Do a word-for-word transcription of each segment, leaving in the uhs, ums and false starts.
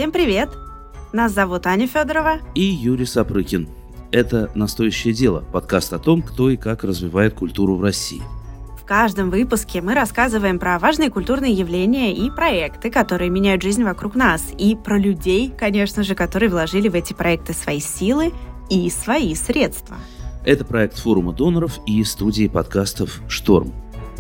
Всем привет! Нас зовут Аня Федорова и Юрий Сапрыкин. Это «Настоящее дело» – подкаст о том, кто и как развивает культуру в России. В каждом выпуске мы рассказываем про важные культурные явления и проекты, которые меняют жизнь вокруг нас, и про людей, конечно же, которые вложили в эти проекты свои силы и свои средства. Это проект форума доноров и студии подкастов «Шторм».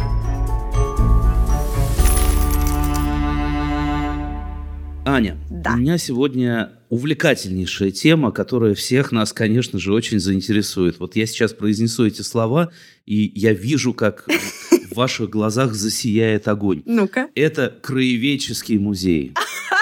Аня, да. У меня сегодня увлекательнейшая тема, которая всех нас, конечно же, очень заинтересует. Вот я сейчас произнесу эти слова, и я вижу, как в ваших глазах засияет огонь. Ну-ка. Это краеведческий музей.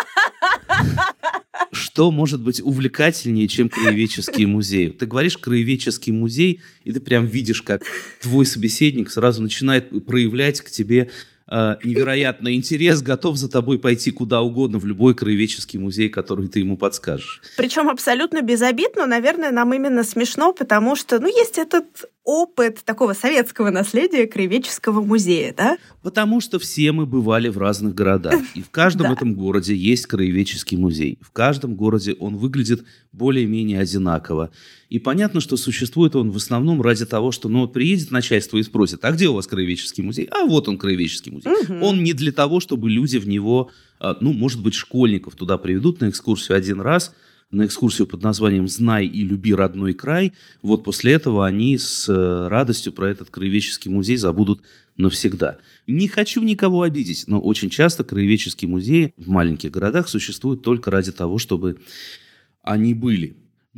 Что может быть увлекательнее, чем краеведческий музей? Ты говоришь краеведческий музей, и ты прям видишь, как твой собеседник сразу начинает проявлять к тебе э, невероятный интерес, готов за тобой пойти куда угодно, в любой краеведческий музей, который ты ему подскажешь. Причем абсолютно без обид, но, наверное, нам именно смешно, потому что, ну, есть этот опыт такого советского наследия краеведческого музея, да? Потому что все мы бывали в разных городах, и в каждом Да. этом городе есть краеведческий музей. В каждом городе он выглядит более-менее одинаково. И понятно, что существует он в основном ради того, что, ну, вот приедет начальство и спросит: а где у вас краеведческий музей? А вот он, краеведческий музей. Угу. Он не для того, чтобы люди в него, ну, может быть, школьников туда приведут на экскурсию один раз, на экскурсию под названием «Знай и люби родной край». Вот после этого они с радостью про этот краеведческий музей забудут навсегда. Не хочу никого обидеть, но очень часто краеведческие музеи в маленьких городах существуют только ради того, чтобы они были.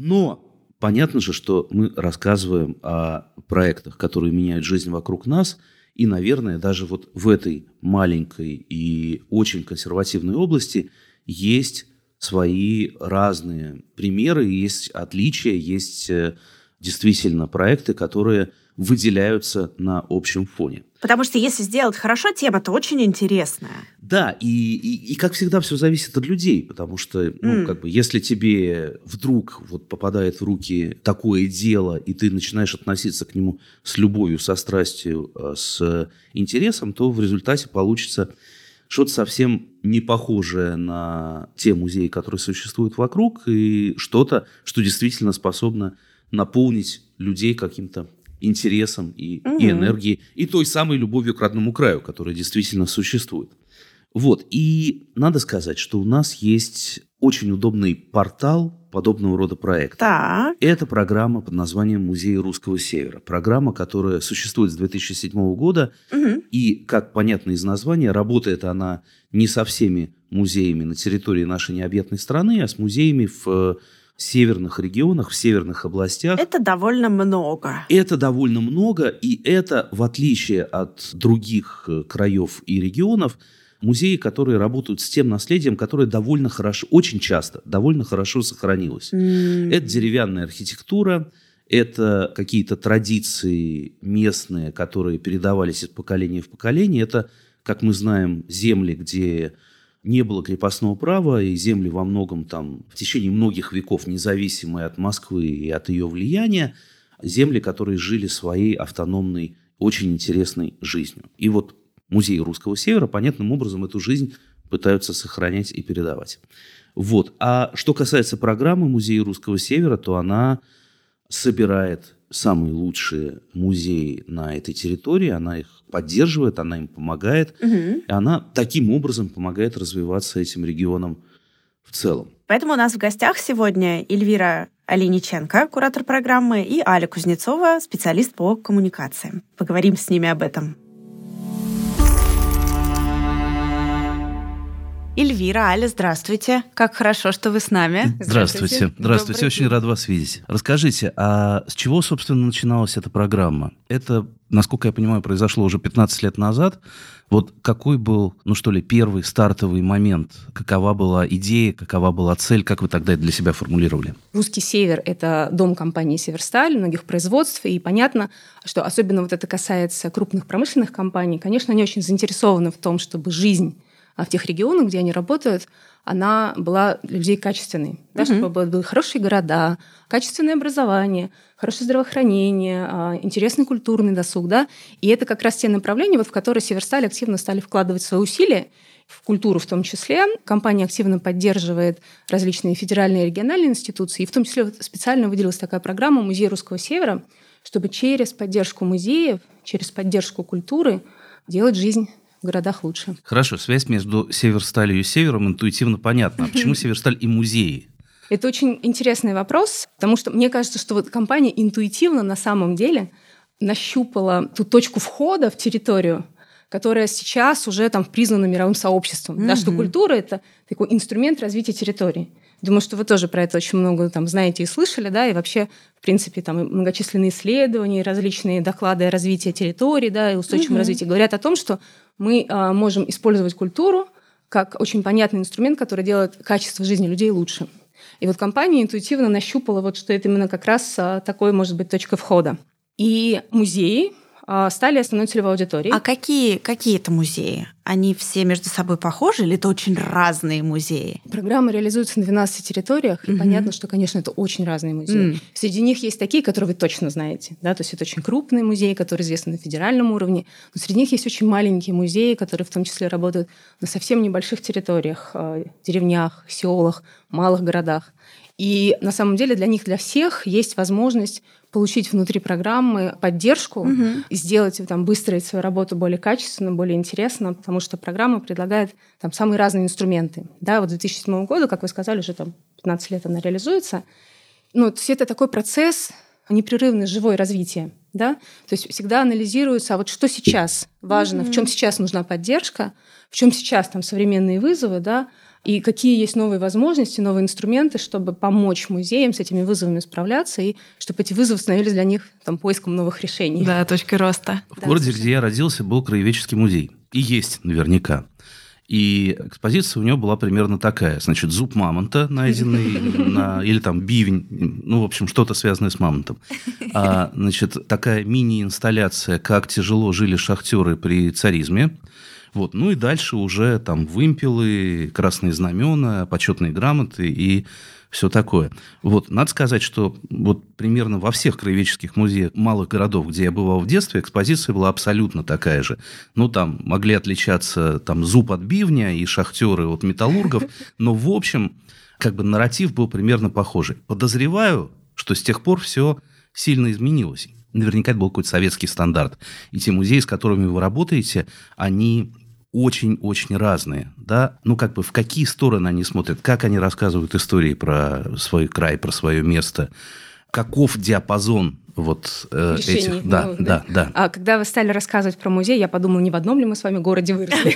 Но понятно же, что мы рассказываем о проектах, которые меняют жизнь вокруг нас, и, наверное, даже вот в этой маленькой и очень консервативной области есть свои разные примеры, есть отличия, есть действительно проекты, которые выделяются на общем фоне. Потому что если сделать хорошо, тема-то очень интересная. Да, и, и, и как всегда все зависит от людей, потому что, ну, Mm. как бы, если тебе вдруг вот попадает в руки такое дело, и ты начинаешь относиться к нему с любовью, со страстью, с интересом, то в результате получится что-то совсем не похожее на те музеи, которые существуют вокруг, и что-то, что действительно способно наполнить людей каким-то интересом и, Mm-hmm. и энергией, и той самой любовью к родному краю, которая действительно существует. Вот, и надо сказать, что у нас есть очень удобный портал подобного рода проекта. Так. Это программа под названием «Музей Русского Севера». Программа, которая существует с две тысячи седьмого года. Угу. И, как понятно из названия, работает она не со всеми музеями на территории нашей необъятной страны, а с музеями в северных регионах, в северных областях. Это довольно много. Это довольно много, и это, в отличие от других краев и регионов, музеи, которые работают с тем наследием, которое довольно хорошо, очень часто довольно хорошо сохранилось. Mm. Это деревянная архитектура, это какие-то традиции местные, которые передавались из поколения в поколение. Это, как мы знаем, земли, где не было крепостного права, и земли во многом там в течение многих веков независимые от Москвы и от ее влияния, земли, которые жили своей автономной, очень интересной жизнью. И вот Музей Русского Севера понятным образом эту жизнь пытаются сохранять и передавать. Вот. А что касается программы Музея Русского Севера, то она собирает самые лучшие музеи на этой территории, она их поддерживает, она им помогает, Угу. и она таким образом помогает развиваться этим регионам в целом. Поэтому у нас в гостях сегодня Эльвира Олениченко, куратор программы, и Аля Кузнецова, специалист по коммуникациям. Поговорим с ними об этом. Эльвира, Аля, здравствуйте. Как хорошо, что вы с нами. Здравствуйте. Здравствуйте. Очень рад вас видеть. Расскажите, а с чего, собственно, начиналась эта программа? Это, насколько я понимаю, произошло уже пятнадцать лет назад. Вот какой был, ну что ли, первый стартовый момент? Какова была идея, какова была цель? Как вы тогда это для себя формулировали? Русский Север – это дом компании «Северсталь», многих производств, и понятно, что особенно вот это касается крупных промышленных компаний. Конечно, они очень заинтересованы в том, чтобы жизнь в тех регионах, где они работают, она была для людей качественной. Да, Мгм. чтобы были хорошие города, качественное образование, хорошее здравоохранение, а, интересный культурный досуг. Да? И это как раз те направления, вот, в которые Северсталь активно стали вкладывать свои усилия. в культуру в том числе. Компания активно поддерживает различные федеральные и региональные институции, и в том числе вот специально выделилась такая программа «Музей Русского Севера», чтобы через поддержку музеев, через поддержку культуры делать жизнь в городах лучше. Хорошо, связь между Северсталью и Севером интуитивно понятна. А почему Северсталь и музеи? Это очень интересный вопрос, потому что мне кажется, что вот компания интуитивно на самом деле нащупала ту точку входа в территорию, которая сейчас уже там признана мировым сообществом. Mm-hmm. Да, что культура — это такой инструмент развития территории. Думаю, что вы тоже про это очень много там знаете и слышали, да, и вообще, в принципе, там и многочисленные исследования, различные доклады о развитии территории, да, и устойчивом mm-hmm. развитии говорят о том, что мы а, можем использовать культуру как очень понятный инструмент, который делает качество жизни людей лучше. И вот компания интуитивно нащупала, вот, что это именно как раз а, такой, может быть, точка входа. И музеи а, стали основной целевой аудиторией. А какие, какие это музеи? Они все между собой похожи или это очень разные музеи? Программа реализуется на двенадцати территориях, и mm-hmm. понятно, что, конечно, это очень разные музеи. Mm. Среди них есть такие, которые вы точно знаете. Да? То есть это очень крупные музеи, которые известны на федеральном уровне. Но среди них есть очень маленькие музеи, которые в том числе работают на совсем небольших территориях, деревнях, селах, малых городах. И на самом деле для них, для всех есть возможность получить внутри программы поддержку, угу. и сделать там, выстроить свою работу более качественно, более интересно, потому что программа предлагает там, самые разные инструменты. Да, вот с две тысячи седьмого года, как вы сказали, уже там, пятнадцать лет она реализуется. Ну, то есть это такой процесс непрерывное живое развитие. Да? То есть всегда анализируется, а вот что сейчас важно, mm-hmm. в чем сейчас нужна поддержка, в чем сейчас там современные вызовы, да, и какие есть новые возможности, новые инструменты, чтобы помочь музеям с этими вызовами справляться, и чтобы эти вызовы становились для них там, поиском новых решений. Да, точкой роста. В да, городе, слушай. где я родился, был краеведческий музей. И есть наверняка. И экспозиция у него была примерно такая. Значит, зуб мамонта, найденный, на, или там бивень, ну, в общем, что-то связанное с мамонтом. А, значит, такая мини-инсталляция, как тяжело жили шахтеры при царизме. Вот. Ну и дальше уже там вымпелы, красные знамена, почетные грамоты и все такое. Вот. Надо сказать, что вот примерно во всех краеведческих музеях малых городов, где я бывал в детстве, экспозиция была абсолютно такая же. Ну, там могли отличаться там, зуб от бивня и шахтеры от металлургов, но, в общем, как бы нарратив был примерно похожий. Подозреваю, что с тех пор все сильно изменилось. Наверняка это был какой-то советский стандарт. И те музеи, с которыми вы работаете, они очень-очень разные. Да? Ну, как бы в какие стороны они смотрят, как они рассказывают истории про свой край, про свое место, каков диапазон вот э, решений, этих... Да, ну, да, да, да. А когда вы стали рассказывать про музей, я подумала, не в одном ли мы с вами городе выросли?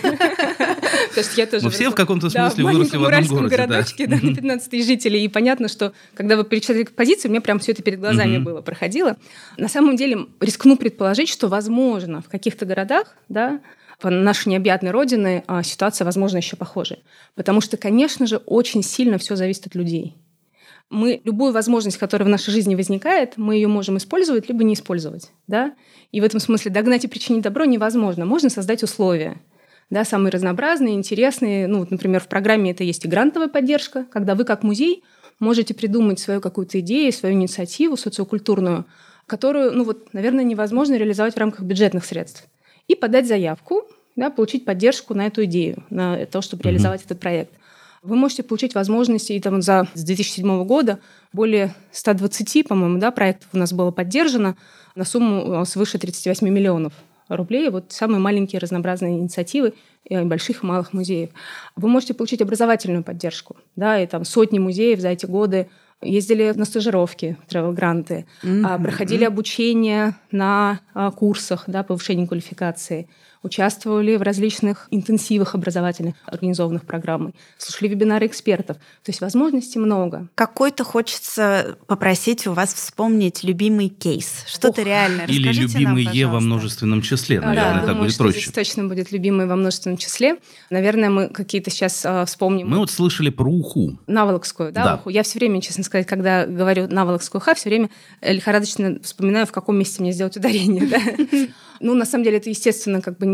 Мы все в каком-то смысле выросли в одном городе. городочке, да, на пятнадцать тысяч жителей. И понятно, что когда вы перечислили позицию, у меня прям все это перед глазами было, проходило. На самом деле, рискну предположить, что, возможно, в каких-то городах, да, по нашей необъятной родине ситуация, возможно, еще похожая. Потому что, конечно же, очень сильно все зависит от людей. Мы любую возможность, которая в нашей жизни возникает, мы ее можем использовать либо не использовать. Да? И в этом смысле догнать и причинить добро невозможно. Можно создать условия. Да, самые разнообразные, интересные. Ну, вот, например, в программе это есть и грантовая поддержка, когда вы как музей можете придумать свою какую-то идею, свою инициативу социокультурную, которую, ну, вот, наверное, невозможно реализовать в рамках бюджетных средств. И подать заявку, да, получить поддержку на эту идею, на то, чтобы mm-hmm. реализовать этот проект. Вы можете получить возможности, и там за, с две тысячи седьмого года более ста двадцати, по-моему, да, проектов у нас было поддержано на сумму свыше тридцати восьми миллионов рублей. Вот самые маленькие разнообразные инициативы больших и малых музеев. Вы можете получить образовательную поддержку. Да, и там сотни музеев за эти годы ездили на стажировки, travel-гранты, mm-hmm. проходили обучение на курсах, да, повышения квалификации, участвовали в различных интенсивах образовательных, организованных программах, слушали вебинары экспертов. То есть возможностей много. Какой-то хочется попросить у вас вспомнить любимый кейс. Что-то Ох. реальное. Или Расскажите любимые нам, во множественном числе. Наверное, да, так думаю, будет что проще. Здесь точно будет любимые во множественном числе. Наверное, мы какие-то сейчас а, вспомним. Мы вот слышали про уху. Наволокскую, да, да. уху. Я все время, честно сказать, когда говорю Наволокскую уха, все время лихорадочно вспоминаю, в каком месте мне сделать ударение. Ну, на самом деле, это, естественно, как бы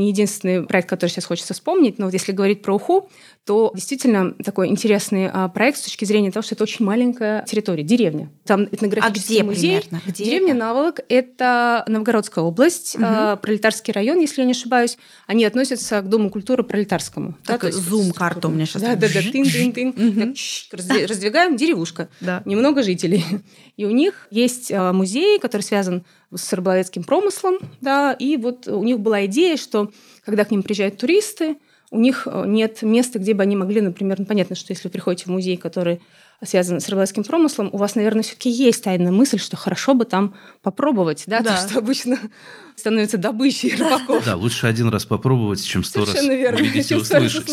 не единственный проект, который сейчас хочется вспомнить, но вот если говорить про Уху, то действительно такой интересный а, проект с точки зрения того, что это очень маленькая территория, деревня. Там этнографический а где музей. Примерно? Где Деревня это? Наволок – это Новгородская область, угу. а, Пролетарский район, если я не ошибаюсь. Они относятся к Дому культуры Пролетарскому. Так, да, зум-карта у меня сейчас. Да-да-да, тын-тын-тын. Раздвигаем, деревушка. Немного жителей. И у них есть музей, который связан с рыболовецким промыслом. Да, и вот у них была идея, что когда к ним приезжают туристы, у них нет места, где бы они могли, например, ну, понятно, что если вы приходите в музей, который связан с рыболовецким промыслом, у вас, наверное, все-таки есть тайная мысль, что хорошо бы там попробовать, да, да. То, что обычно становится добычей рыбаков. Да, лучше один раз попробовать, чем сто раз увидеть и услышать.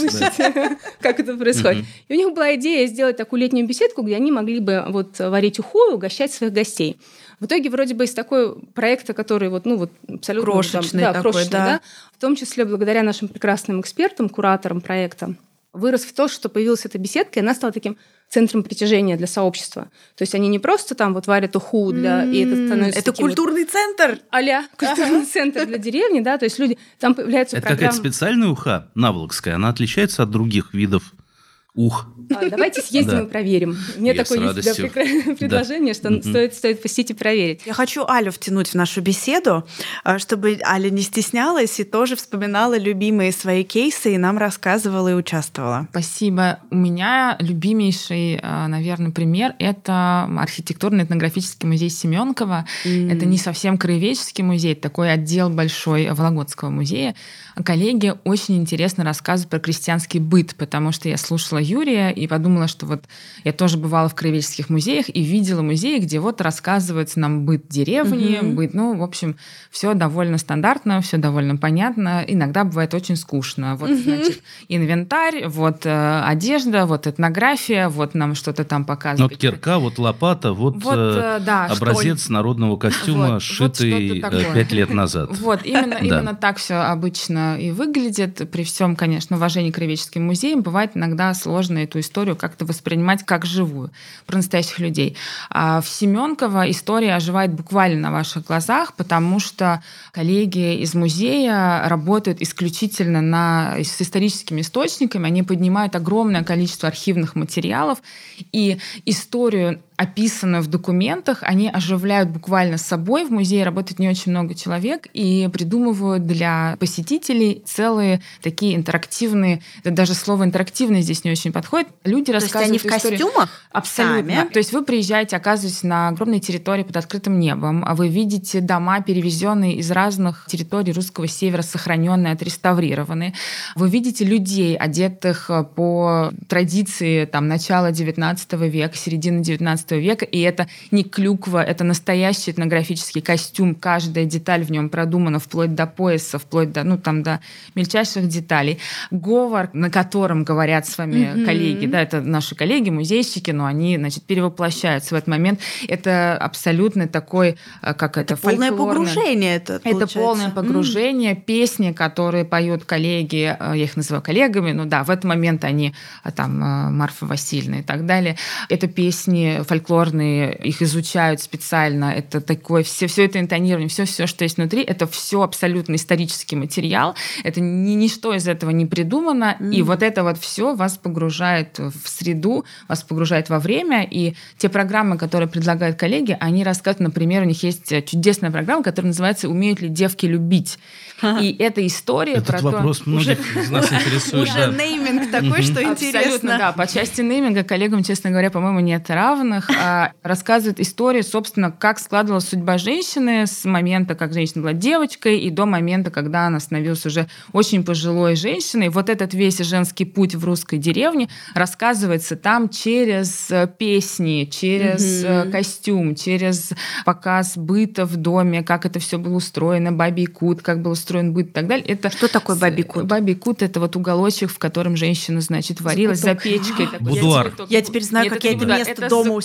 Как это происходит. И у них была идея сделать такую летнюю беседку, где они могли бы вот варить уху и угощать своих гостей. В итоге вроде бы из такой проекта, который вот, ну, вот абсолютно крошечный, там, да, такой, крошечный, да. да, в том числе благодаря нашим прекрасным экспертам, кураторам проекта, вырос в то, что появилась эта беседка, и она стала таким центром притяжения для сообщества. То есть они не просто там вот варят уху для... Mm-hmm. И это становится это культурный вот, центр. А-ля культурный центр для деревни, да, то есть люди... Там появляются это программы... Это какая-то специальная уха наволокская, она отличается от других видов ух. А, давайте съездим да. и проверим. Мне Я такое есть для предложение, да. что mm-hmm. стоит, стоит посетить и проверить. Я хочу Алю втянуть в нашу беседу, чтобы Аля не стеснялась и тоже вспоминала любимые свои кейсы и нам рассказывала и участвовала. Спасибо. У меня любимейший, наверное, пример — это архитектурно-этнографический музей Семёнкова. Mm. Это не совсем краеведческий музей, это такой отдел большой Вологодского музея. Коллеги очень интересно рассказывают про крестьянский быт, потому что я слушала Юрия и подумала, что вот я тоже бывала в краеведческих музеях и видела музеи, где вот рассказывается нам быт деревни, угу. быт, ну, в общем, все довольно стандартно, все довольно понятно. Иногда бывает очень скучно. Вот, угу. значит, инвентарь, вот э, одежда, вот этнография, вот нам что-то там показывают. Вот кирка, вот лопата, вот, вот э, да, образец штоль. Народного костюма, вот, шитый вот пять лет назад. Вот, именно, именно так все обычно и выглядит. При всем, конечно, уважении к краеведческим музеям, бывает иногда сложно эту историю как-то воспринимать как живую, про настоящих людей. А в Семёнково история оживает буквально на ваших глазах, потому что коллеги из музея работают исключительно на, с историческими источниками, они поднимают огромное количество архивных материалов, и историю, описанную в документах, они оживляют буквально с собой. В музее работает не очень много человек и придумывают для посетителей целые такие интерактивные, даже слово «интерактивный» здесь не очень подходит. Люди рассказывают историю. То есть они в костюмах? Абсолютно. Сами? То есть вы приезжаете, оказываетесь на огромной территории под открытым небом, а вы видите дома, перевезенные из разных территорий русского севера, сохраненные, отреставрированные. Вы видите людей, одетых по традиции там, начала девятнадцатого века, середины девятнадцатого века, и это не клюква, это настоящий этнографический костюм, каждая деталь в нем продумана вплоть до пояса, вплоть до, ну, там, до мельчайших деталей. Говор, на котором говорят с вами mm-hmm. коллеги, да, это наши коллеги, музейщики, но они, значит, перевоплощаются в этот момент. Это абсолютно такой, как это, это полное погружение. Это, это полное погружение. Mm. Песни, которые поют коллеги, я их называю коллегами, ну да, в этот момент они, там, Марфа Васильевна и так далее. Это песни фольклорные, их изучают специально. Это такое, все, все это интонирование, все, все, что есть внутри, это все абсолютно исторический материал. Это ни, ничто из этого не придумано. Mm. И вот это вот все вас погружает в среду, вас погружает во время. И те программы, которые предлагают коллеги, они рассказывают, например, у них есть чудесная программа, которая называется «Умеют ли девки любить?». И эта история Этот про вопрос то... многих из нас интересует. Уже нейминг такой, что интересно. Абсолютно, да. По части нейминга коллегам, честно говоря, по-моему, нет равных. Рассказывает историю, собственно, как складывалась судьба женщины с момента, как женщина была девочкой, и до момента, когда она становилась уже очень пожилой женщиной. Вот этот весь женский путь в русской деревне рассказывается там через песни, через mm-hmm. костюм, через показ быта в доме, как это все было устроено, бабий кут, как был устроен быт и так далее. Это что такое бабий кут? Бабий кут — это вот уголочек, в котором женщина, значит, варилась за печкой. Будуар. Я теперь знаю, Нет, как я это будуар. место это дома у себя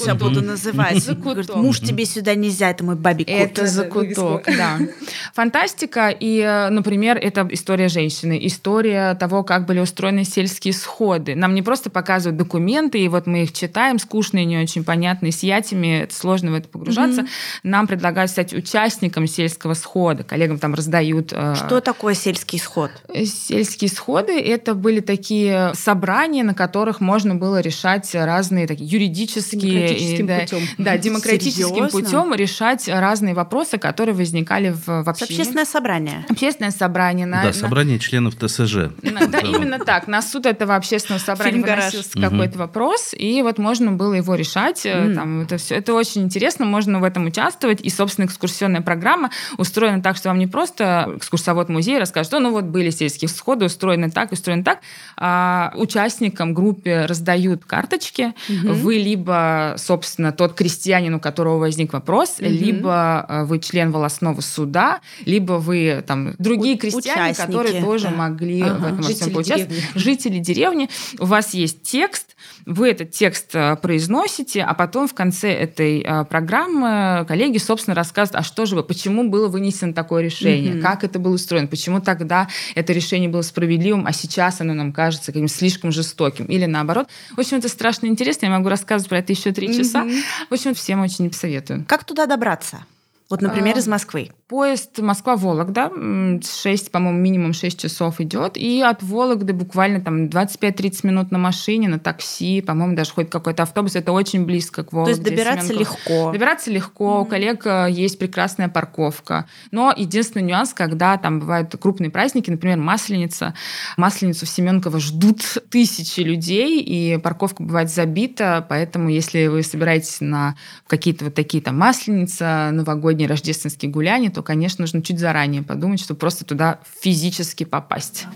себя буду называть. Говорит, муж тебе сюда нельзя, это мой бабий кот. Это закуток, да. Фантастика, и, например, это история женщины, история того, как были устроены сельские сходы. Нам не просто показывают документы, и вот мы их читаем, скучные, не очень понятные, с ятями, это сложно в это погружаться. Mm-hmm. Нам предлагают стать участником сельского схода, коллегам там раздают... Что такое сельский сход? Сельские сходы — это были такие собрания, на которых можно было решать разные такие юридические... Демократическим да, путем. Да, демократическим Серьезно? путем решать разные вопросы, которые возникали в, в общине. Общественное собрание. Общественное собрание. На, Да, на... собрание членов ТСЖ. На, да, именно так. На суд этого общественного собрания выносился какой-то вопрос, и вот можно было его решать. Mm. Там, это, все, это очень интересно, можно в этом участвовать. И, собственно, экскурсионная программа устроена так, что вам не просто экскурсовод музея расскажет, что ну вот были сельские сходы, устроены так, устроены так. А участникам, группе раздают карточки. Mm-hmm. Вы либо, собственно, тот крестьянин, у которого возник вопрос, mm-hmm. либо вы член волостного суда, либо вы там другие крестьяне, Участники, которые тоже да. могли ага. в этом во всем поучаствовать. Деревни. Жители деревни. У вас есть текст, вы этот текст произносите, а потом в конце этой программы коллеги, собственно, рассказывают, а что же вы, почему было вынесено такое решение, mm-hmm. как это было устроено, почему тогда это решение было справедливым, а сейчас оно нам кажется каким-то слишком жестоким, или наоборот. В общем, это страшно интересно, я могу рассказывать про это еще три mm-hmm. часа. В общем, всем очень советую. Как туда добраться? Вот, например, из Москвы. Поезд Москва-Вологда, шесть, по-моему, минимум шесть часов идет, и от Вологды буквально там двадцать пять-тридцать минут на машине, на такси, по-моему, даже ходит какой-то автобус, это очень близко к Вологде. То есть добираться Семенково. легко. Добираться легко, mm-hmm. у коллег есть прекрасная парковка, но единственный нюанс, когда там бывают крупные праздники, например, Масленица, Масленицу в Семенково ждут тысячи людей, и парковка бывает забита, поэтому если вы собираетесь на какие-то вот такие там Масленица, новогодние, рождественские гуляния, то, конечно, нужно чуть заранее подумать, чтобы просто туда физически попасть.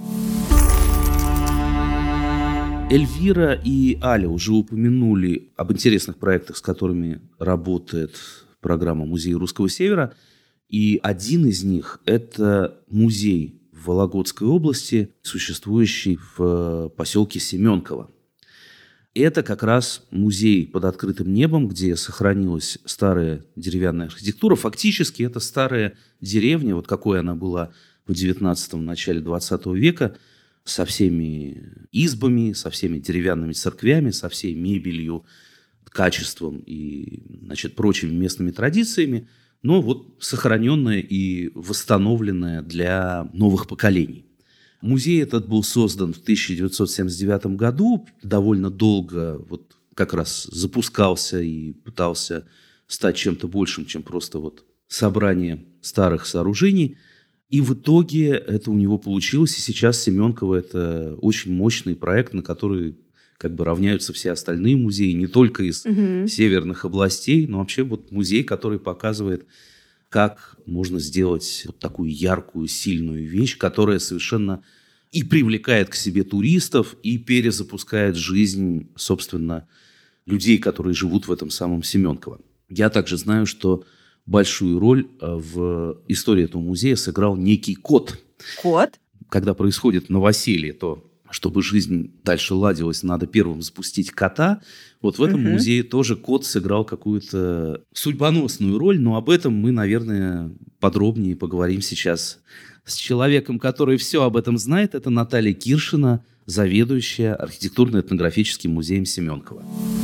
Эльвира и Аля уже упомянули об интересных проектах, с которыми работает программа «Музей Русского Севера». И один из них – это музей в Вологодской области, существующий в поселке Семенково. Это как раз музей под открытым небом, где сохранилась старая деревянная архитектура. Фактически это старая деревня, вот какой она была в девятнадцатом, начале двадцатого века, со всеми избами, со всеми деревянными церквями, со всей мебелью, качеством и, значит, прочими местными традициями, но вот сохраненная и восстановленная для новых поколений. Музей этот был создан в тысяча девятьсот семьдесят девятом году, довольно долго вот как раз запускался и пытался стать чем-то большим, чем просто вот собрание старых сооружений. И в итоге это у него получилось, и сейчас Семенково – это очень мощный проект, на который как бы равняются все остальные музеи, не только из угу. северных областей, но вообще вот музей, который показывает, как можно сделать вот такую яркую, сильную вещь, которая совершенно и привлекает к себе туристов, и перезапускает жизнь, собственно, людей, которые живут в этом самом Семенково. Я также знаю, что большую роль в истории этого музея сыграл некий кот. Кот? Когда происходит новоселье, то, чтобы жизнь дальше ладилась, надо первым запустить кота. Вот в этом угу. музее тоже кот сыграл какую-то судьбоносную роль, но об этом мы, наверное, подробнее поговорим сейчас с человеком, который все об этом знает. Это Наталья Киршина, заведующая архитектурно-этнографическим музеем Семенково.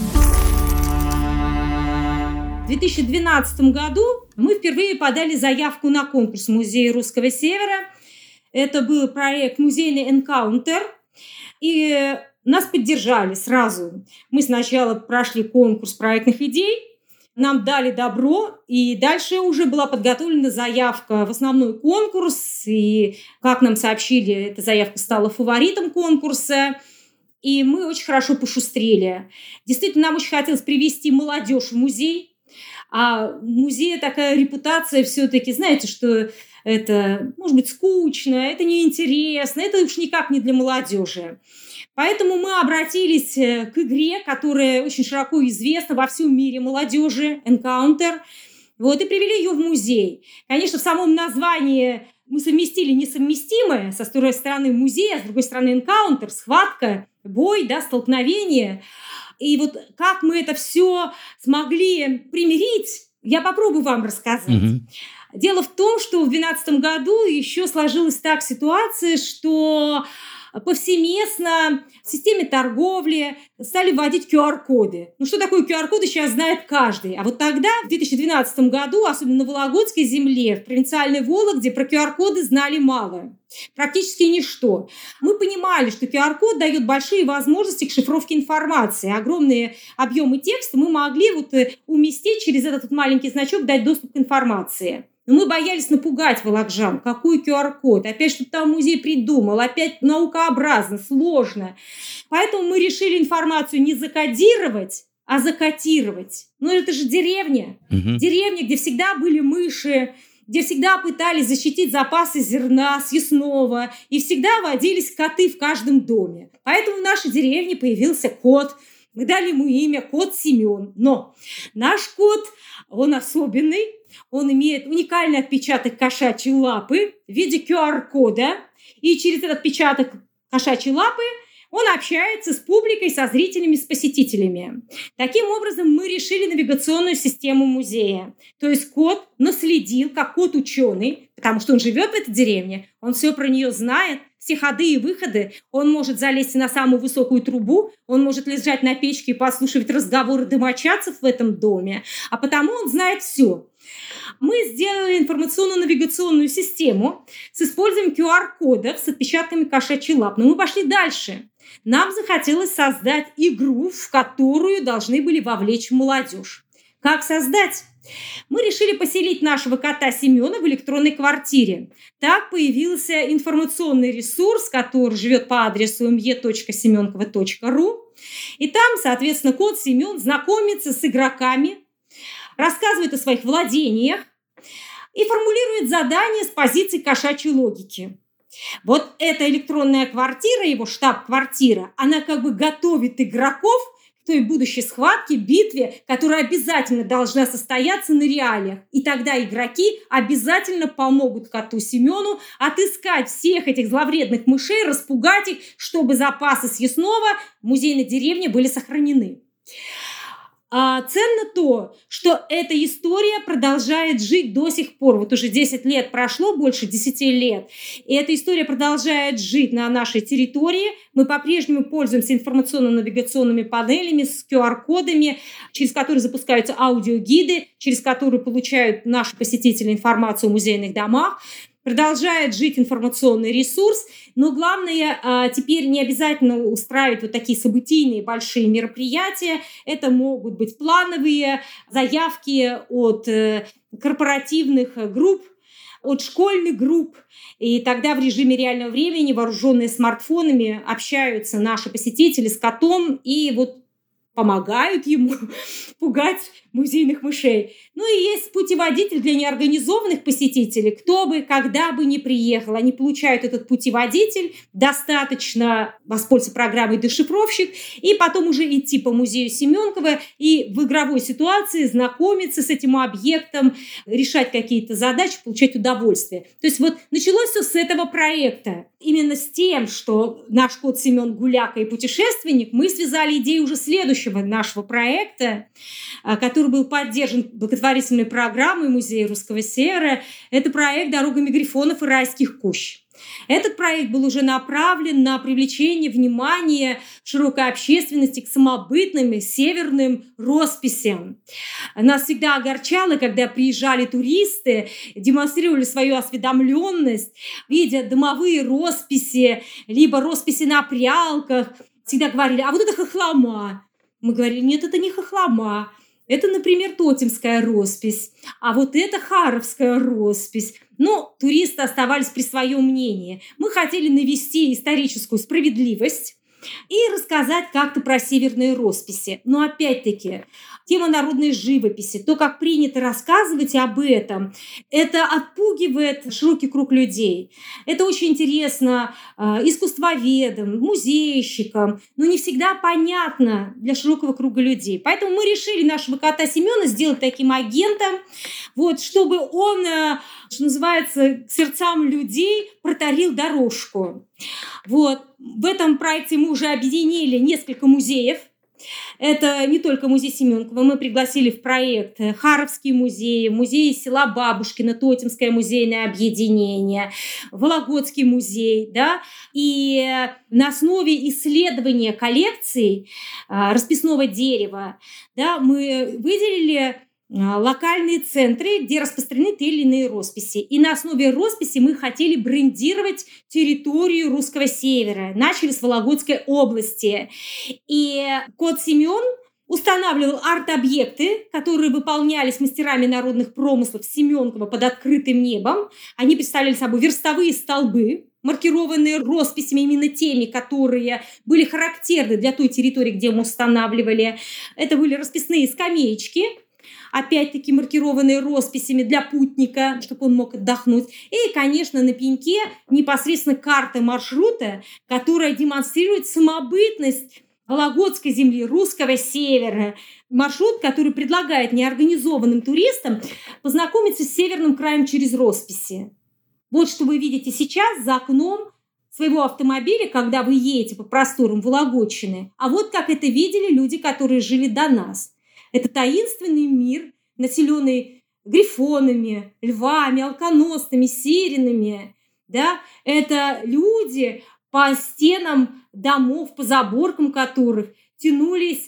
В две тысячи двенадцатом году мы впервые подали заявку на конкурс Музея Русского Севера. Это был проект «Музейный энкаунтер». И нас поддержали сразу. Мы сначала прошли конкурс проектных идей, нам дали добро, и дальше уже была подготовлена заявка в основной конкурс. И, как нам сообщили, эта заявка стала фаворитом конкурса. И мы очень хорошо пошустрели. Действительно, нам очень хотелось привести молодежь в музей. А у музея такая репутация все-таки, знаете, что это, может быть, скучно, это неинтересно, это уж никак не для молодежи. Поэтому мы обратились к игре, которая очень широко известна во всем мире молодежи, «Энкаунтер», вот, и привели ее в музей. Конечно, в самом названии мы совместили несовместимое, со одной стороны музей, а с другой стороны энкаунтер, схватка, бой, да, столкновение. И вот как мы это все смогли примирить, я попробую вам рассказать. Mm-hmm. Дело в том, что в две тысячи двенадцатом году еще сложилась так ситуация, что повсеместно в системе торговли стали вводить ку ар-коды. Ну, что такое ку ар-коды, сейчас знает каждый. А вот тогда, в две тысячи двенадцатом году, особенно на Вологодской земле, в провинциальной Вологде, про ку ар-коды знали мало. Практически ничто. Мы понимали, что ку ар-код дает большие возможности к шифровке информации. Огромные объемы текста мы могли вот уместить через этот вот маленький значок, дать доступ к информации. Но мы боялись напугать волокжан. Какой ку ар-код? Опять что-то там музей придумал. Опять наукообразно, сложно. Поэтому мы решили информацию не закодировать, а закодировать. Ну, это же деревня. Угу. Деревня, где всегда были мыши, где всегда пытались защитить запасы зерна, съестного, и всегда водились коты в каждом доме. Поэтому в нашей деревне появился кот. Мы дали ему имя кот Семен. Но наш кот, он особенный. Он имеет уникальный отпечаток кошачьей лапы в виде ку ар-кода. И через этот отпечаток кошачьей лапы он общается с публикой, со зрителями, с посетителями. Таким образом, мы решили навигационную систему музея. То есть кот наследил, как кот-ученый, потому что он живет в этой деревне, он все про нее знает, все ходы и выходы. Он может залезть на самую высокую трубу, он может лежать на печке и послушать разговоры домочадцев в этом доме, а потому он знает все. Мы сделали информационно-навигационную систему с использованием ку ар-кодов с отпечатками кошачьей лапы. Но мы пошли дальше. Нам захотелось создать игру, в которую должны были вовлечь молодежь. Как создать? Мы решили поселить нашего кота Семена в электронной квартире. Так появился информационный ресурс, который живет по адресу эм е точка семенкова точка ру. И там, соответственно, кот Семен знакомится с игроками, рассказывает о своих владениях и формулирует задания с позиции кошачьей логики. Вот эта электронная квартира, его штаб-квартира, она как бы готовит игроков к той будущей схватке, битве, которая обязательно должна состояться на реалиях. И тогда игроки обязательно помогут коту Семену отыскать всех этих зловредных мышей, распугать их, чтобы запасы съестного в музейной деревне были сохранены. А ценно то, что эта история продолжает жить до сих пор. Вот уже десять лет прошло, больше десяти лет. И эта история продолжает жить на нашей территории. Мы по-прежнему пользуемся информационно-навигационными панелями с ку ар-кодами, через которые запускаются аудиогиды, через которые получают наши посетители информацию о музейных домах. Продолжает жить информационный ресурс, но главное, теперь не обязательно устраивать вот такие событийные большие мероприятия. Это могут быть плановые заявки от корпоративных групп, от школьных групп. И тогда в режиме реального времени, вооруженные смартфонами, общаются наши посетители с котом и вот помогают ему пугать музейных мышей. Ну и есть путеводитель для неорганизованных посетителей. Кто бы, когда бы ни приехал, они получают этот путеводитель, достаточно воспользоваться программой «Дешифровщик», и потом уже идти по музею Семенкова и в игровой ситуации знакомиться с этим объектом, решать какие-то задачи, получать удовольствие. То есть вот началось все с этого проекта. Именно с тем, что наш кот Семен гуляка и путешественник, мы связали идею уже следующего нашего проекта, который был поддержан благотворительной программой Музея Русского Севера. Это проект «Дорогами грифонов и райских кущ». Этот проект был уже направлен на привлечение внимания широкой общественности к самобытным северным росписям. Нас всегда огорчало, когда приезжали туристы, демонстрировали свою осведомленность, видя домовые росписи, либо росписи на прялках. Всегда говорили: а вот это хохлома. Мы говорили: нет, это не хохлома. Это, например, тотемская роспись, а вот это харовская роспись. Но туристы оставались при своем мнении. Мы хотели навести историческую справедливость и рассказать как-то про северные росписи. Но опять-таки, тема народной живописи, то, как принято рассказывать об этом, это отпугивает широкий круг людей. Это очень интересно э, искусствоведам, музейщикам, но не всегда понятно для широкого круга людей. Поэтому мы решили нашего кота Семена сделать таким агентом, вот, чтобы он э, что называется, к сердцам людей протарил дорожку. Вот. В этом проекте мы уже объединили несколько музеев. Это не только музей Семенкова. Мы пригласили в проект Харовский музей, музей села Бабушкино, Тотемское музейное объединение, Вологодский музей. Да? И на основе исследования коллекций расписного дерева, да, мы выделили локальные центры, где распространены те или иные росписи. И на основе росписи мы хотели брендировать территорию Русского Севера. Начали с Вологодской области. И кот Семен устанавливал арт-объекты, которые выполнялись мастерами народных промыслов Семенкова под открытым небом. Они представляли собой верстовые столбы, маркированные росписями именно теми, которые были характерны для той территории, где мы устанавливали. Это были расписные скамеечки, опять-таки маркированные росписями для путника, чтобы он мог отдохнуть. И, конечно, на пеньке непосредственно карта маршрута, которая демонстрирует самобытность Вологодской земли, Русского Севера. Маршрут, который предлагает неорганизованным туристам познакомиться с северным краем через росписи. Вот что вы видите сейчас за окном своего автомобиля, когда вы едете по просторам Вологодчины. А вот как это видели люди, которые жили до нас. Это таинственный мир, населенный грифонами, львами, алконосцами, сиренами. Да? Это люди, по стенам домов, по заборкам которых тянулись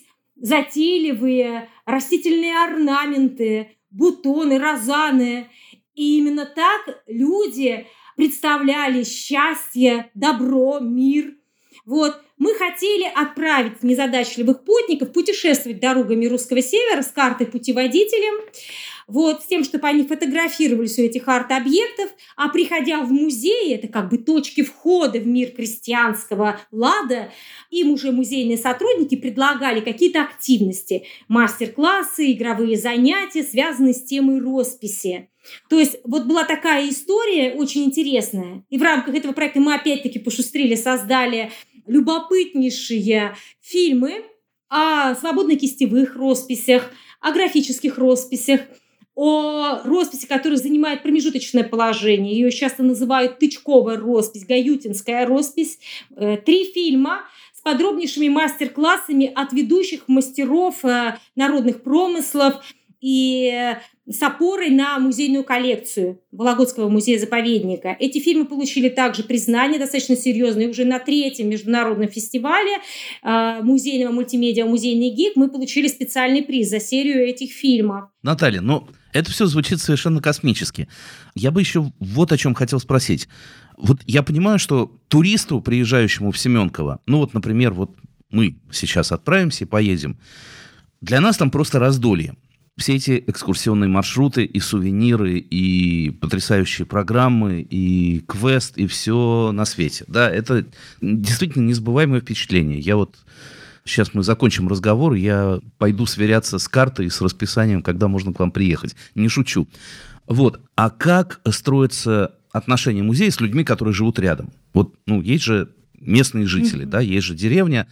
затейливые растительные орнаменты, бутоны, розаны. И именно так люди представляли счастье, добро, мир. Вот. Мы хотели отправить незадачливых путников путешествовать дорогами Русского Севера с картой путеводителем, вот, с тем, чтобы они фотографировались у этих арт-объектов, а приходя в музей, это как бы точки входа в мир крестьянского лада, им уже музейные сотрудники предлагали какие-то активности, мастер-классы, игровые занятия, связанные с темой росписи. То есть вот была такая история очень интересная. И в рамках этого проекта мы опять-таки пошустрили, создали любопытнейшие фильмы о свободно-кистевых росписях, о графических росписях, о росписи, которая занимает промежуточное положение. Ее часто называют тычковая роспись, гаютинская роспись. Три фильма с подробнейшими мастер-классами от ведущих мастеров народных промыслов и с опорой на музейную коллекцию Вологодского музея-заповедника. Эти фильмы получили также признание достаточно серьезное. И уже на третьем международном фестивале э, музейного мультимедиа «Музейный гид» мы получили специальный приз за серию этих фильмов. Наталья, ну это все звучит совершенно космически. Я бы еще вот о чем хотел спросить. Вот я понимаю, что туристу, приезжающему в Семенково, ну вот, например, вот мы сейчас отправимся и поедем, для нас там просто раздолье. Все эти экскурсионные маршруты и сувениры, и потрясающие программы, и квест, и все на свете. Да, это действительно незабываемое впечатление. Я вот сейчас мы закончим разговор, я пойду сверяться с картой и с расписанием, когда можно к вам приехать. Не шучу. Вот. А как строятся отношения музея с людьми, которые живут рядом? Вот, ну, есть же местные жители, mm-hmm. да, есть же деревня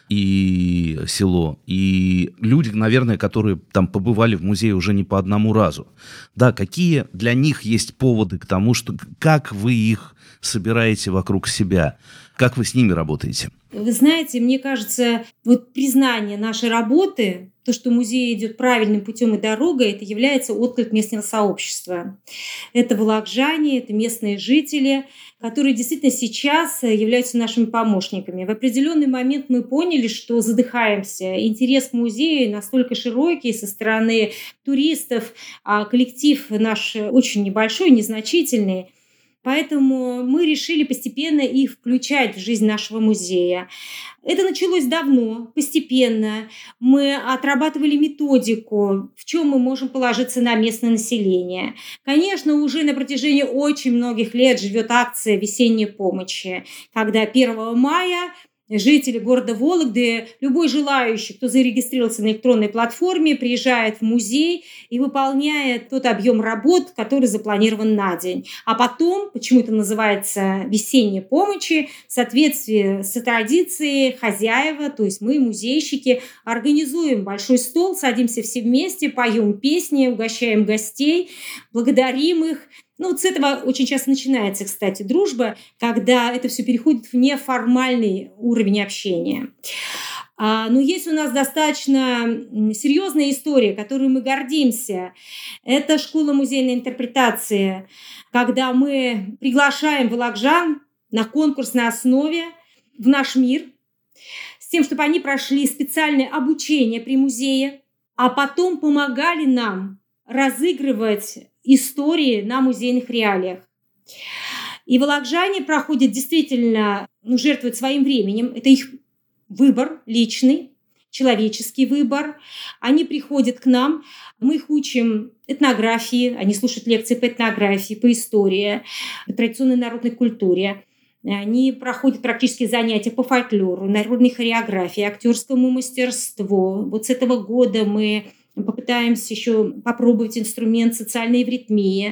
и село, и люди, наверное, которые там побывали в музее уже не по одному разу. Да, какие для них есть поводы к тому, что как вы их собираете вокруг себя, как вы с ними работаете? Вы знаете, мне кажется, вот признание нашей работы, то, что музей идет правильным путем и дорогой, это является отклик местного сообщества. Это волокжане, это местные жители, которые действительно сейчас являются нашими помощниками. В определенный момент мы поняли, что задыхаемся. Интерес к музею настолько широкий со стороны туристов, а коллектив наш очень небольшой, незначительный. Поэтому мы решили постепенно их включать в жизнь нашего музея. Это началось давно, постепенно. Мы отрабатывали методику, в чем мы можем положиться на местное население. Конечно, уже на протяжении очень многих лет живет акция весенней помощи, когда первого мая жители города Вологды, любой желающий, кто зарегистрировался на электронной платформе, приезжает в музей и выполняет тот объем работ, который запланирован на день. А потом, почему это называется весенней помощи, в соответствии с традицией хозяева, то есть мы, музейщики, организуем большой стол, садимся все вместе, поем песни, угощаем гостей, благодарим их. Ну, вот с этого очень часто начинается, кстати, дружба, когда это все переходит в неформальный уровень общения. Но есть у нас достаточно серьезная история, которой мы гордимся. Это школа музейной интерпретации, когда мы приглашаем вологжан на конкурсной основе в наш мир с тем, чтобы они прошли специальное обучение при музее, а потом помогали нам разыгрывать истории на музейных реалиях. И вологжане проходят действительно, ну, жертвуют своим временем. Это их выбор личный, человеческий выбор. Они приходят к нам, мы их учим этнографии, они слушают лекции по этнографии, по истории, по традиционной народной культуре. Они проходят практические занятия по фольклору, народной хореографии, актерскому мастерству. Вот с этого года мы попытаемся еще попробовать инструмент социальной эвритмии.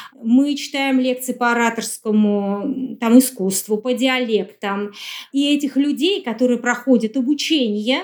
Мы читаем лекции по ораторскому там, искусству, по диалектам. И этих людей, которые проходят обучение,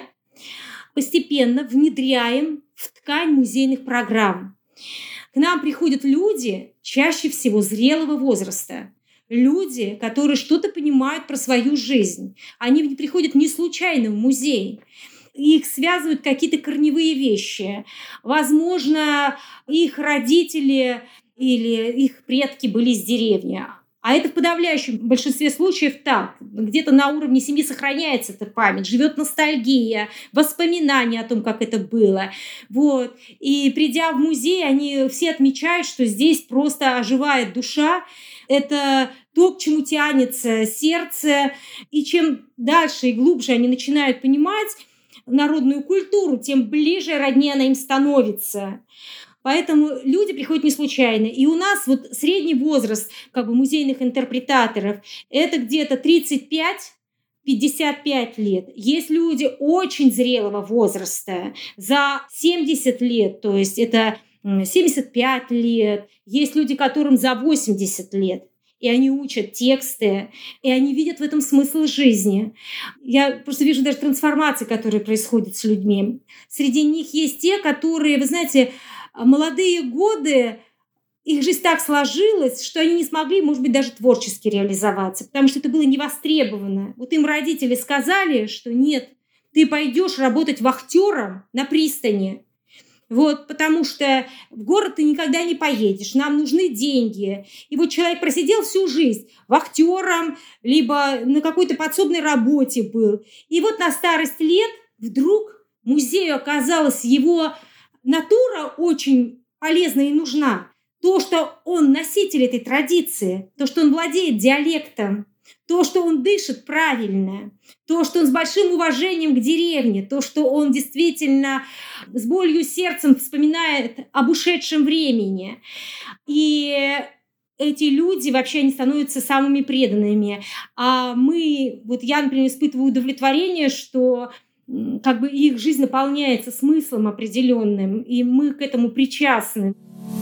постепенно внедряем в ткань музейных программ. К нам приходят люди, чаще всего зрелого возраста. Люди, которые что-то понимают про свою жизнь. Они приходят не случайно в музей. Их связывают какие-то корневые вещи. Возможно, их родители или их предки были из деревни. А это в подавляющем большинстве случаев так. Где-то на уровне семьи сохраняется эта память, живет ностальгия, воспоминания о том, как это было. Вот. И придя в музей, они все отмечают, что здесь просто оживает душа. Это то, к чему тянется сердце. И чем дальше и глубже они начинают понимать народную культуру, тем ближе, роднее она им становится. Поэтому люди приходят не случайно. И у нас вот средний возраст как бы, музейных интерпретаторов – это где-то тридцать пять - пятьдесят пять лет. Есть люди очень зрелого возраста, за семьдесят лет, то есть это семьдесят пять лет. Есть люди, которым за восемьдесят лет. И они учат тексты, и они видят в этом смысл жизни. Я просто вижу даже трансформации, которые происходят с людьми. Среди них есть те, которые, вы знаете, молодые годы, их жизнь так сложилась, что они не смогли, может быть, даже творчески реализоваться, потому что это было не востребовано. Вот им родители сказали, что нет, ты пойдешь работать вахтером на пристани. Вот, потому что в город ты никогда не поедешь, нам нужны деньги. И вот человек просидел всю жизнь вахтером, либо на какой-то подсобной работе был. И вот на старость лет вдруг музею оказалась его натура очень полезна и нужна. То, что он носитель этой традиции, то, что он владеет диалектом, то, что он дышит правильно, то, что он с большим уважением к деревне, то, что он действительно с болью сердцем вспоминает об ушедшем времени. И эти люди вообще они становятся самыми преданными. А мы, вот я, например, испытываю удовлетворение, что как бы их жизнь наполняется смыслом определенным, и мы к этому причастны.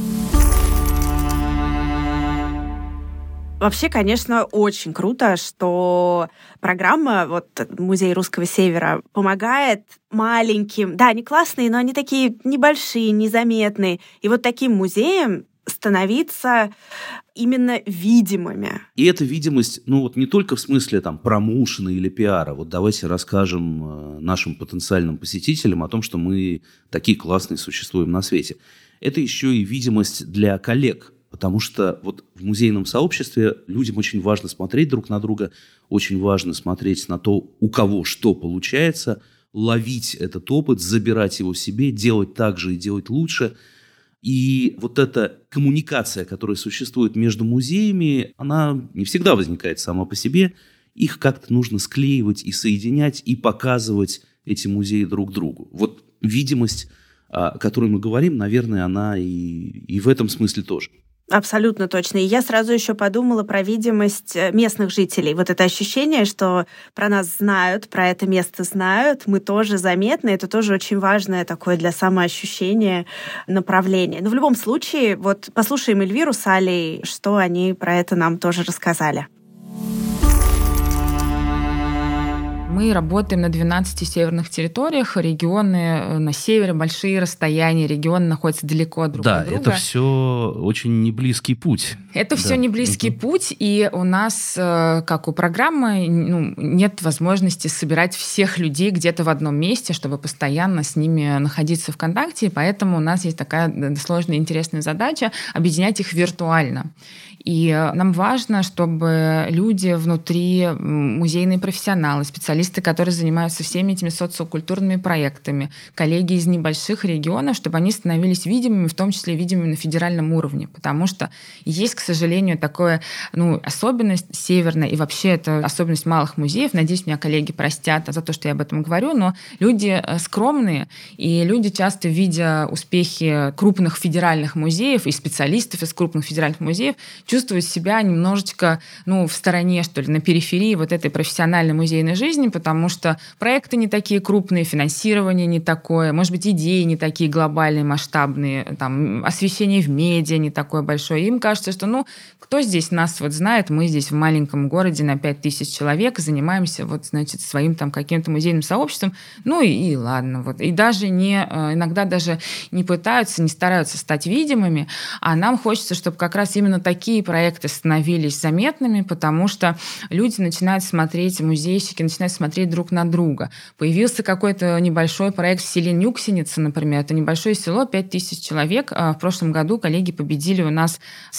Вообще, конечно, очень круто, что программа вот Музей Русского Севера помогает маленьким, да, они классные, но они такие небольшие, незаметные. И вот таким музеем становиться именно видимыми. И эта видимость, ну вот не только в смысле там промоушена или пиара. Вот давайте расскажем нашим потенциальным посетителям о том, что мы такие классные существуем на свете. Это еще и видимость для коллег. Потому что вот в музейном сообществе людям очень важно смотреть друг на друга, очень важно смотреть на то, у кого что получается, ловить этот опыт, забирать его себе, делать так же и делать лучше. И вот эта коммуникация, которая существует между музеями, она не всегда возникает сама по себе. Их как-то нужно склеивать и соединять, и показывать эти музеи друг другу. Вот видимость, о которой мы говорим, наверное, она и, и в этом смысле тоже. Абсолютно точно. И я сразу еще подумала про видимость местных жителей. Вот это ощущение, что про нас знают, про это место знают, мы тоже заметны. Это тоже очень важное такое для самоощущения направление. Но в любом случае, вот послушаем Эльвиру с Алей, что они про это нам тоже рассказали. Мы работаем на двенадцати северных территориях, регионы на севере, большие расстояния, регионы находятся далеко друг да, от друга. Да, это все очень неблизкий путь. Это да. все неблизкий угу. путь, и у нас, как у программы, ну, нет возможности собирать всех людей где-то в одном месте, чтобы постоянно с ними находиться в контакте, и поэтому у нас есть такая сложная и интересная задача объединять их виртуально. И нам важно, чтобы люди внутри, музейные профессионалы, специалисты, которые занимаются всеми этими социокультурными проектами, коллеги из небольших регионов, чтобы они становились видимыми, в том числе видимыми на федеральном уровне. Потому что есть, к сожалению, такая ну, особенность северная, и вообще это особенность малых музеев. Надеюсь, меня коллеги простят за то, что я об этом говорю, но люди скромные, и люди часто, видя успехи крупных федеральных музеев и специалистов из крупных федеральных музеев, чувствуют себя немножечко ну, в стороне, что ли, на периферии вот этой профессиональной музейной жизни, потому что проекты не такие крупные, финансирование не такое, может быть, идеи не такие глобальные, масштабные, там, освещение в медиа не такое большое. Им кажется, что ну, кто здесь нас вот знает, мы здесь в маленьком городе на пять тысяч человек занимаемся вот, значит, своим там каким-то музейным сообществом, ну и, и ладно. Вот. И даже не, иногда даже не пытаются, не стараются стать видимыми, а нам хочется, чтобы как раз именно такие проекты становились заметными, потому что люди начинают смотреть, музейщики начинают смотреть друг на друга. Появился какой-то небольшой проект в селе Нюксеница, например. Это небольшое село, пять тысяч человек. В прошлом году коллеги победили у нас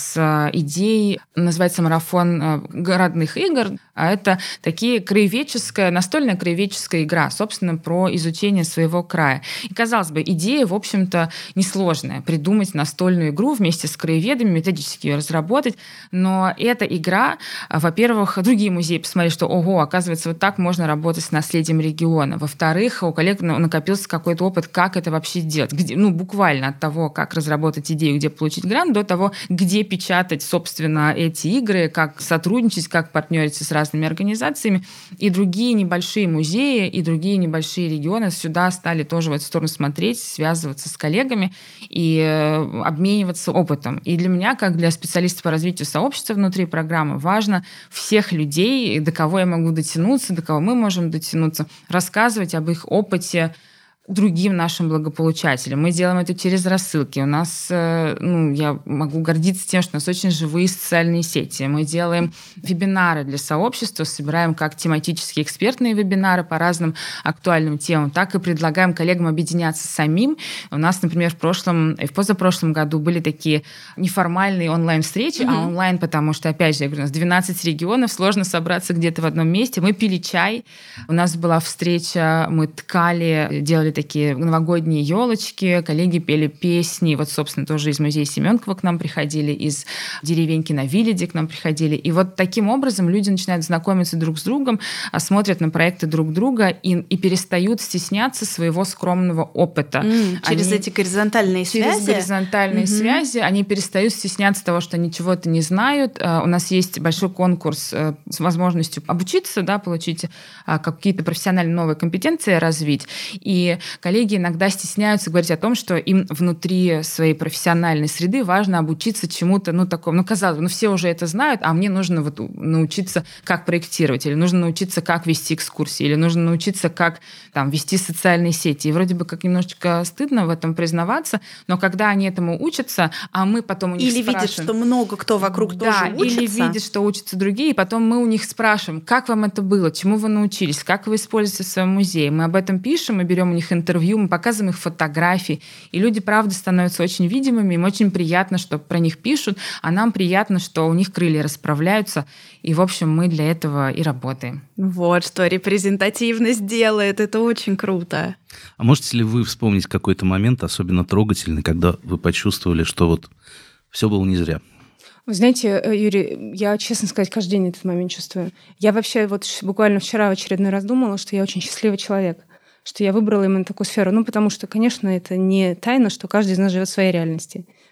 с идеей, называется марафон городных игр. А это такие краеведческая, настольная краеведческая игра, собственно, про изучение своего края. И, казалось бы, идея, в общем-то, несложная. Придумать настольную игру вместе с краеведами, методически ее разработать. Но эта игра, во-первых, другие музеи посмотрели, что, ого, оказывается, вот так можно работать с наследием региона. Во-вторых, у коллег накопился какой-то опыт, как это вообще делать. Где, ну, буквально от того, как разработать идею, где получить грант, до того, где печатать, собственно, эти игры, как сотрудничать, как партнериться с разными организациями. И другие небольшие музеи, и другие небольшие регионы сюда стали тоже в эту сторону смотреть, связываться с коллегами и обмениваться опытом. И для меня, как для специалиста по развитию сообщества внутри программы, важно всех людей, до кого я могу дотянуться, до кого мы можем дотянуться, рассказывать об их опыте другим нашим благополучателям. Мы делаем это через рассылки. У нас, ну, я могу гордиться тем, что у нас очень живые социальные сети. Мы делаем вебинары для сообщества, собираем как тематические экспертные вебинары по разным актуальным темам, так и предлагаем коллегам объединяться самим. У нас, например, в прошлом и в позапрошлом году были такие неформальные онлайн-встречи, mm-hmm. а онлайн, потому что, опять же, я говорю, у нас двенадцать регионов, сложно собраться где-то в одном месте. Мы пили чай, у нас была встреча, мы ткали, делали такие новогодние елочки, коллеги пели песни. Вот, собственно, тоже из музея Семенкова к нам приходили, из деревеньки на Вилледе к нам приходили. И вот таким образом люди начинают знакомиться друг с другом, смотрят на проекты друг друга и, и перестают стесняться своего скромного опыта. Mm, через они, эти горизонтальные через связи? Через горизонтальные mm-hmm. связи. Они перестают стесняться того, что они чего-то не знают. У нас есть большой конкурс с возможностью обучиться, да, получить какие-то профессиональные новые компетенции, развить. И коллеги иногда стесняются говорить о том, что им внутри своей профессиональной среды важно обучиться чему-то, ну, такому, ну, казалось бы, ну, все уже это знают, а мне нужно вот научиться, как проектировать, или нужно научиться, как вести экскурсии, или нужно научиться, как там, вести социальные сети. И вроде бы как немножечко стыдно в этом признаваться, но когда они этому учатся, а мы потом у них или спрашиваем... Или видят, что много кто вокруг да, тоже учится. Или видят, что учатся другие, и потом мы у них спрашиваем, как вам это было, чему вы научились, как вы используете в своем музее. Мы об этом пишем, мы берем у них интервью, мы показываем их фотографии, и люди, правда, становятся очень видимыми, им очень приятно, что про них пишут, а нам приятно, что у них крылья расправляются, и, в общем, мы для этого и работаем. Вот что репрезентативность делает, это очень круто. А можете ли вы вспомнить какой-то момент особенно трогательный, когда вы почувствовали, что вот все было не зря? Вы знаете, Юрий, я, честно сказать, каждый день этот момент чувствую. Я вообще вот буквально вчера в очередной раз думала, что я очень счастливый человек, что я выбрала именно такую сферу. Ну, потому что, конечно, это не тайна, что каждый из нас живет в своей реальности.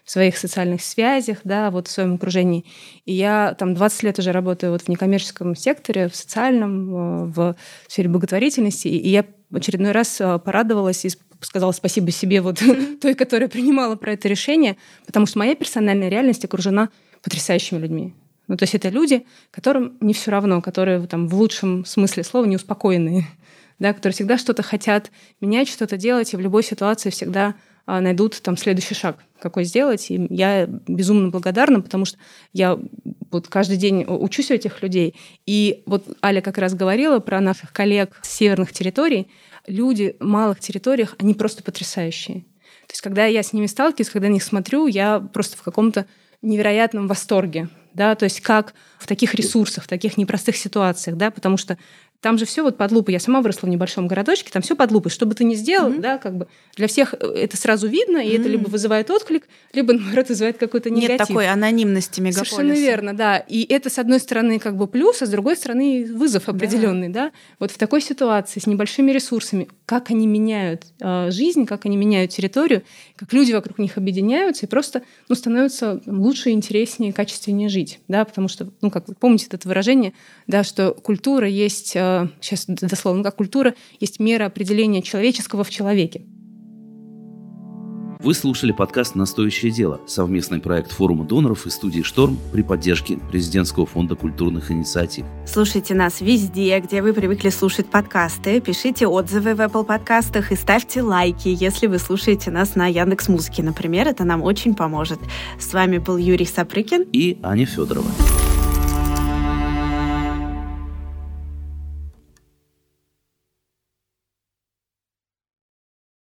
в своих социальных связях, да, вот в своем окружении. И я там двадцать лет уже работаю вот в некоммерческом секторе, в социальном, в сфере благотворительности, и я в очередной раз порадовалась и сказала спасибо себе, вот той, которая принимала про это решение, потому что моя персональная реальность окружена потрясающими людьми. Ну, то есть это люди, которым не все равно, которые там, в лучшем смысле слова неуспокоенные, да, которые всегда что-то хотят менять, что-то делать, и в любой ситуации всегда а, найдут там следующий шаг, какой сделать. И я безумно благодарна, потому что я вот каждый день учусь у этих людей. И вот Аля как раз говорила про наших коллег с северных территорий. Люди в малых территориях, они просто потрясающие. То есть когда я с ними сталкиваюсь, когда на них смотрю, я просто в каком-то невероятном восторге. Да, то есть как в таких ресурсах, в таких непростых ситуациях, да, потому что там же все вот под лупой. Я сама выросла в небольшом городочке, там все под лупой. Что бы ты ни сделал, mm-hmm. да, как бы для всех это сразу видно, и mm-hmm. это либо вызывает отклик, либо, наоборот, вызывает какой-то негатив. Нет такой анонимности мегаполиса. Совершенно верно, да. И это, с одной стороны, как бы плюс, а с другой стороны, вызов определенный, да. да. Вот в такой ситуации, с небольшими ресурсами, как они меняют э, жизнь, как они меняют территорию, как люди вокруг них объединяются и просто ну, становятся лучше, интереснее, качественнее жить, да, потому что, ну, как вы помните это выражение, да, что культура есть... Э, сейчас дословно, как культура, есть мера определения человеческого в человеке. Вы слушали подкаст «Настоящее дело», совместный проект форума доноров и студии «Шторм» при поддержке Президентского фонда культурных инициатив. Слушайте нас везде, где вы привыкли слушать подкасты, пишите отзывы в Apple подкастах и ставьте лайки, если вы слушаете нас на Яндекс.Музыке, например, это нам очень поможет. С вами был Юрий Сапрыкин и Аня Федорова.